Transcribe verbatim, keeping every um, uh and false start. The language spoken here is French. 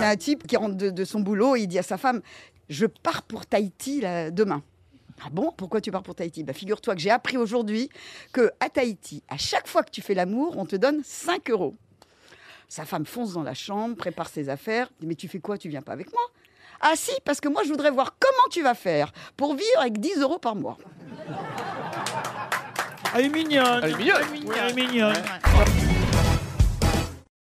un type qui rentre de, de son boulot et il dit à sa femme, je pars pour Tahiti là, demain. Ah bon, pourquoi tu pars pour Tahiti? Bah, figure-toi que j'ai appris aujourd'hui qu'à Tahiti, à chaque fois que tu fais l'amour, on te donne cinq euros. Sa femme fonce dans la chambre, prépare ses affaires. Dit, mais tu fais quoi? Tu viens pas avec moi? Ah si, parce que moi, je voudrais voir comment tu vas faire pour vivre avec dix euros par mois. Elle est mignonne. Elle est mignonne. Elle est mignonne.